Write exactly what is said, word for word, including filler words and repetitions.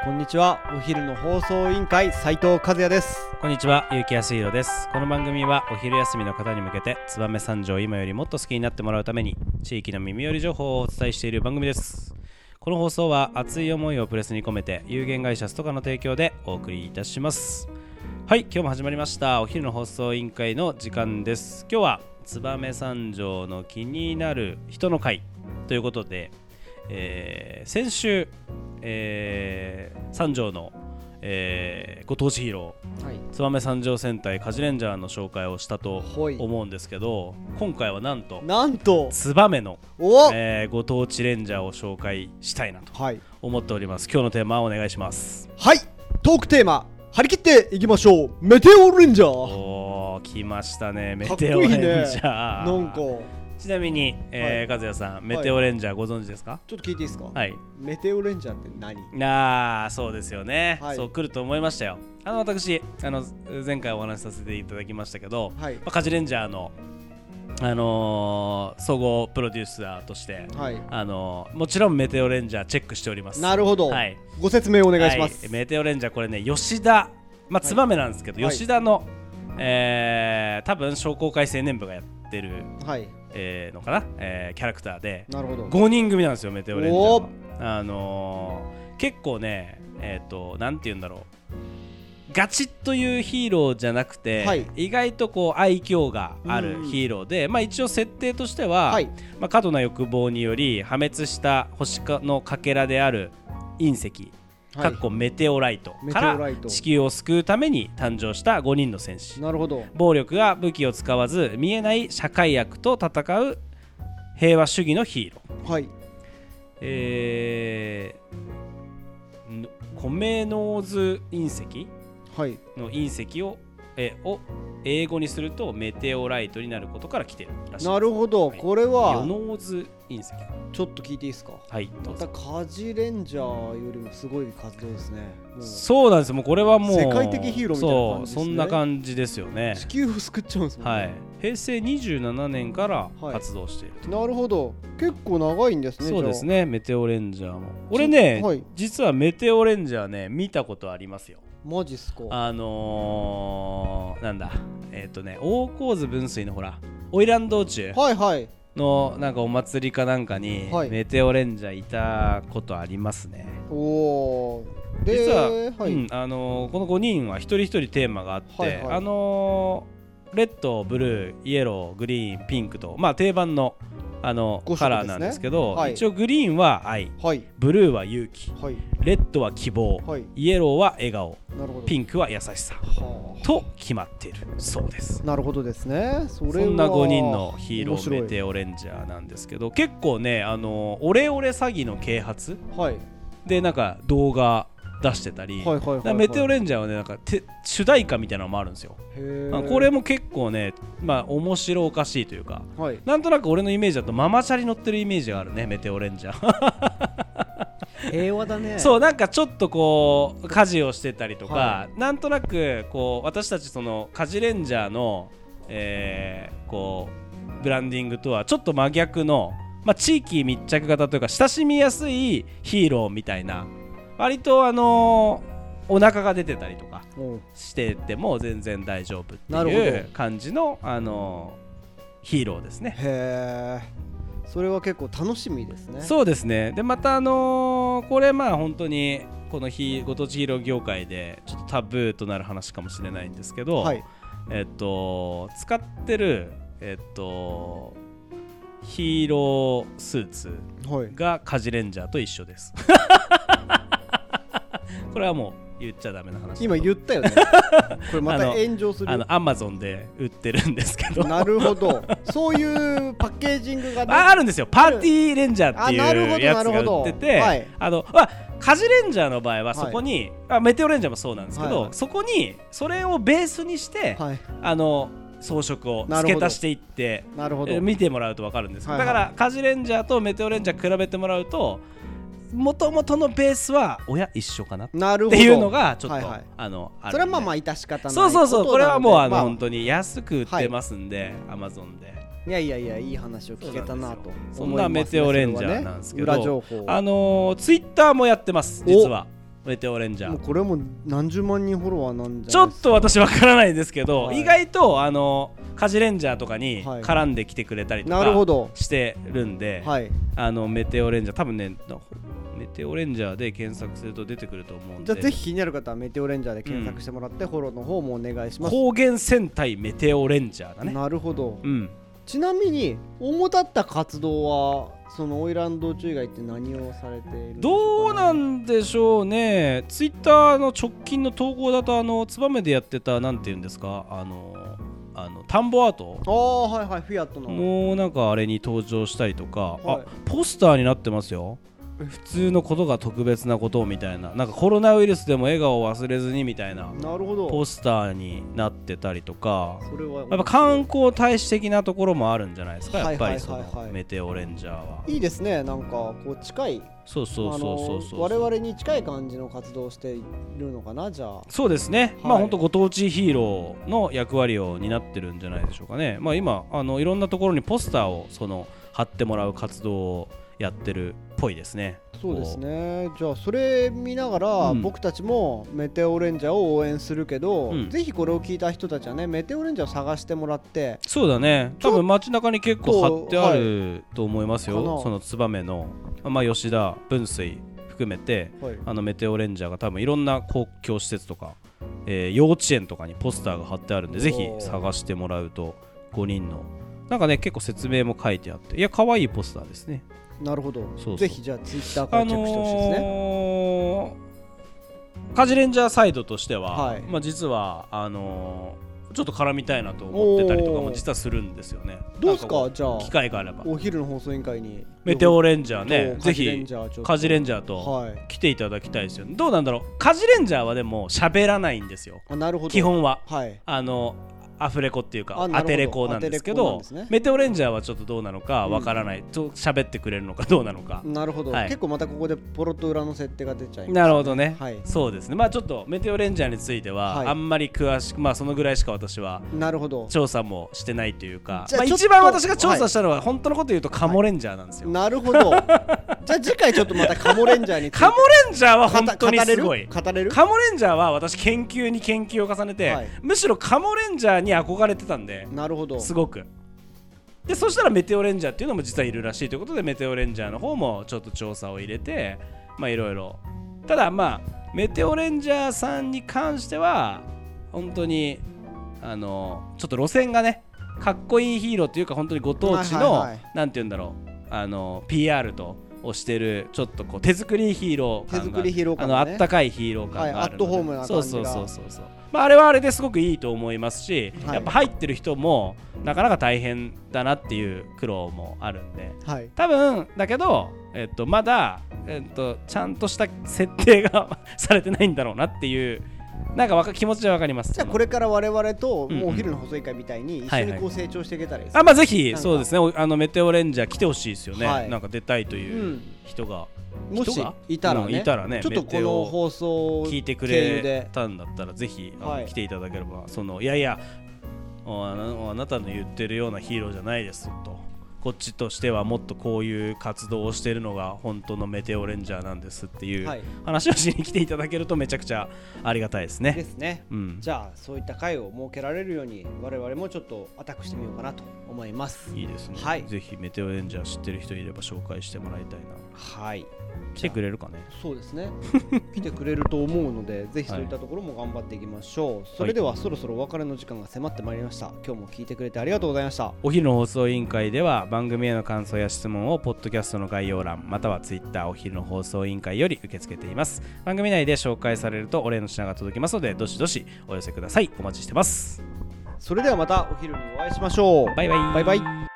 こんにちは。お昼の放送委員会斉藤和也です。 こんにちは、結城康弘です。この番組はお昼休みの方に向けて燕三条を今よりもっと好きになってもらうために地域の耳寄り情報をお伝えしている番組です。この放送は熱い思いをプレスに込めて有限会社ストカの提供でお送りいたします。はい、今日も始まりましたお昼の放送委員会の時間です。今日は燕三条の気になる人の会ということで、えー、先週、えー、三条の、えー、ご当地ヒーロー、はい、燕三条戦隊カジレンジャーの紹介をしたと思うんですけど、今回はなんとなんと燕の、えー、ご当地レンジャーを紹介したいなと思っております、はい、今日のテーマをお願いします。 はい、トークテーマ張り切っていきましょう。メテオレンジャー。 おー、来ましたね、メテオレンジャー。 かっこいいね。なんかちなみに、えーはい、和也さん、メテオレンジャーご存知ですか？ ちょっと聞いていいですか？ はい。 メテオレンジャーって何？ あー、そうですよね、はい、そう来ると思いましたよ。あの私あの前回お話しさせていただきましたけど、はい、まあ、カジレンジャーのあのー、総合プロデューサーとして、はい、あのー、もちろんメテオレンジャーチェックしております。 なるほど、はい、ご説明お願いします。 はい、メテオレンジャーこれね、吉田、まあ燕なんですけど、はい、吉田の、えー、多分商工会青年部がやってる、はい、えー、のかな、えー、キャラクターで、なるほど、ごにん組なんですよ、メテオレンジャーは。あのー、結構ね、えーと、なんて言うんだろう、ガチッというヒーローじゃなくて、はい、意外とこう愛嬌があるヒーローで、まあ、一応設定としては、はい、まあ、過度な欲望により破滅した星のかけらである隕石、かっこメテオライトから地球を救うために誕生したごにんの戦士。なるほど。暴力や武器を使わず見えない社会悪と戦う平和主義のヒーロー。はい。えー、コメノーズ隕石の隕石を、えを英語にするとメテオライトになることから来てるらしいです。なるほど、はい、これはヨノーズ隕石。ちょっと聞いていいですか？はい、どうぞ。またカジレンジャーよりもすごい活動ですね。もうそうなんです。もうこれはもう世界的ヒーローみたいな感じですね。そう、そんな感じですよね。地球を救っちゃうんですもんね。はい、平成にじゅうななねんから活動している、はい、なるほど、結構長いんですね。そうですね、メテオレンジャーも俺ね、はい、実はメテオレンジャーね見たことありますよ。マジっすか？あのー、なんだえっ、ー、とね大河津分水のほら花魁道中はいはいのなんかお祭りかなんかに、はい、メテオレンジャーいたことありますね。おー、で実は、はい、うん、あのー、このごにんは一人一人テーマがあって、はいはい、あのー、レッド、ブルー、イエロー、グリーン、ピンクと、まあ、定番のあのカラーなんですけど、はい、一応グリーンは愛、はい、ブルーは勇気、はい、レッドは希望、はい、イエローは笑顔、ピンクは優しさと決まっているそうです。なるほどですね。それはそんなごにんのヒーローメテオレンジャーなんですけど、結構ね、あのオレオレ詐欺の啓発、はい、でなんか動画出してたり、はいはいはいはい、メテオレンジャーはねなんかて主題歌みたいなのもあるんですよ。へー、これも結構ね、まあ面白おかしいというか、はい、なんとなく俺のイメージだとママチャリ乗ってるイメージがあるね、メテオレンジャー平和だね。そう、なんかちょっとこう家事をしてたりとか、はい、なんとなくこう私たちそのカジレンジャーの、えー、こうブランディングとはちょっと真逆の、まあ、地域密着型というか親しみやすいヒーローみたいな、割とあのー、お腹が出てたりとかしてても全然大丈夫っていう感じの、あのー、ヒーローですね。へー、それは結構楽しみですね。そうですね。でまたあのー、これまあ本当にこの日ご当地ヒーロー業界でちょっとタブーとなる話かもしれないんですけど、はい、えっと使ってるえっとヒーロースーツがカジレンジャーと一緒ですこれはもう言っちゃダメな話。今言ったよねこれまた炎上する。あのアマゾンで売ってるんですけどなるほど、そういうパッケージングが、ね、あ, あるんですよ。パーティーレンジャーっていうやつが売ってて、はい、あのあカジレンジャーの場合はそこに、はい、あメテオレンジャーもそうなんですけど、はいはい、そこにそれをベースにして、はい、あの装飾を付け足していってなるほど、えー、見てもらうと分かるんです、はいはい、だからカジレンジャーとメテオレンジャー比べてもらうと元々のベースは親一緒かなっていうのがちょっと、はいはい、あのある、ね、それはまあまあ致し方ない。そうそうそう、これはもうあの、まあ、本当に安く売ってますんで、はい、Amazon で。いやいやいや、いい話を聞けたなと思います、ね、そんなメテオレンジャーなんですけど、ね、裏情報、あのー、ツイッターもやってます実は。 メテオレンジャー。 もうこれも何十万人フォロワーなんじゃないですか。ちょっと私わからないですけど、はい、意外とあのカジレンジャーとかに絡んできてくれたりとかしてるんで、はい、あのメテオレンジャー多分ねメテオレンジャーで検索すると出てくると思うんで、 じゃあぜひ気になる方はメテオレンジャーで検索してもらって、うん、フォローの方もお願いします。 高原戦隊メテオレンジャーだね。 なるほど、 うん、 ちなみに主だった活動はその花魁道中以外って何をされているんでしょうかね。 どうなんでしょうね。ツイッターの直近の投稿だとあの燕でやってたなんていうんですか、あのあの田んぼアート、 ああはいはい、フィアットのもうなんかあれに登場したりとか、はい、あポスターになってますよ。普通のことが特別なことみたいな、なんかコロナウイルスでも笑顔を忘れずにみたいなポスターになってたりとか、 それはやっぱ観光大使的なところもあるんじゃないですか、やっぱりそのメテオレンジャーは。 いいですね、なんかこう近い、 そうそうそうそうそう、 我々に近い感じの活動をしているのかな。じゃあそうですね、はい、まあ本当ご当地ヒーローの役割を担ってるんじゃないでしょうかね。まあ今あのいろんなところにポスターをその貼ってもらう活動をやってるっぽいですね。 そうですね。じゃあそれ見ながら、うん、僕たちもメテオレンジャーを応援するけど、うん、ぜひこれを聞いた人たちはねメテオレンジャーを探してもらって。 そうだね、多分街中に結構貼ってあると思いますよ、はい、その燕の、まあ、吉田分水含めて、はい、あのメテオレンジャーが多分いろんな公共施設とか、えー、幼稚園とかにポスターが貼ってあるんで、ぜひ探してもらうとごにんのなんかね結構説明も書いてあって、いや可愛いポスターですね。 なるほど。 そうそう、 ぜひじゃあツイッターからチェックしてほしいですね。あのー、カジレンジャーサイドとしては、はい、まあ、実はあのー、ちょっと絡みたいなと思ってたりとかも実はするんですよね。 どうですか、じゃあ機会があればお昼の放送委員会にメテオレンジャーね、ぜひカジレンジャーと来ていただきたいですよね。どうなんだろう、カジレンジャーはでも喋らないんですよ。 あ、なるほど。 基本は、 はい、 あのアフレコっていうかアテレコなんですけど、ね、メテオレンジャーはちょっとどうなのかわからない、うん、と喋ってくれるのかどうなのか。 なるほど、はい、結構またここでポロッと裏の設定が出ちゃいますね。 なるほどね、 はい、 そうですね。まあちょっとメテオレンジャーについては、はい、あんまり詳しく、まあそのぐらいしか私は調査もしてないというか、まあ、一番私が調査したのは、はい、本当のこと言うとカモレンジャーなんですよ、 はい、なるほどじゃあ次回ちょっとまたカモレンジャーについてカモレンジャーは本当にすごい語れるカモレンジャーは私研究に研究を重ねて、はい、むしろカモレンジャーに憧れてたんで。 なるほど、 すごく。でそしたらメテオレンジャーっていうのも実はいるらしいということで、メテオレンジャーの方もちょっと調査を入れて、まあいろいろ。ただまあメテオレンジャーさんに関しては本当にあのちょっと路線がねかっこいいヒーローというか、本当にご当地の、はいはいはい、なんていうんだろう、あの ピーアール とをしてるちょっとこう手作りヒーロー感が、手作りヒーロー感が、ね、あのあったかいヒーロー感があるので、はい、アットホームな感じが、そうそうそうそう、まあ、あれはあれですごくいいと思いますし、はい、やっぱ入ってる人もなかなか大変だなっていう苦労もあるんで、はい、多分だけど、えっと、まだ、えっと、ちゃんとした設定がされてないんだろうなっていうなんかわか気持ちはわかります。 じゃあこれから我々ともうお昼の細い会みたいに一緒にこう成長していけたらいいですね。 あ、まあぜひそうですね、あのメテオレンジャー来てほしいですよね、はい、なんか出たいという人が、 うん、もしいたらね、 いたらね、 ちょっとこの放送を聞いてくれたんだったらぜひあの、はい、来ていただければ、そのいやいやあな、あなたの言ってるようなヒーローじゃないですと、こっちとしてはもっとこういう活動をしているのが本当のメテオレンジャーなんですっていう話をしに来ていただけるとめちゃくちゃありがたいですね。 ですね、うん、じゃあそういった会を設けられるように我々もちょっとアタックしてみようかなと思います。 いいですね、 はい、 ぜひメテオレンジャー知ってる人いれば紹介してもらいたいな。 はい、 来てくれるかね。 そうですね来てくれると思うのでぜひそういったところも頑張っていきましょう、はい、それではそろそろお別れの時間が迫ってまいりました。今日も聞いてくれてありがとうございました。 お昼の放送委員会では番組への感想や質問をポッドキャストの概要欄またはツイッターお昼の放送委員会より受け付けています。番組内で紹介されるとお礼の品が届きますのでどしどしお寄せください。お待ちしてます。 それではまたお昼にお会いしましょう。 バイバイ。 バイバイ。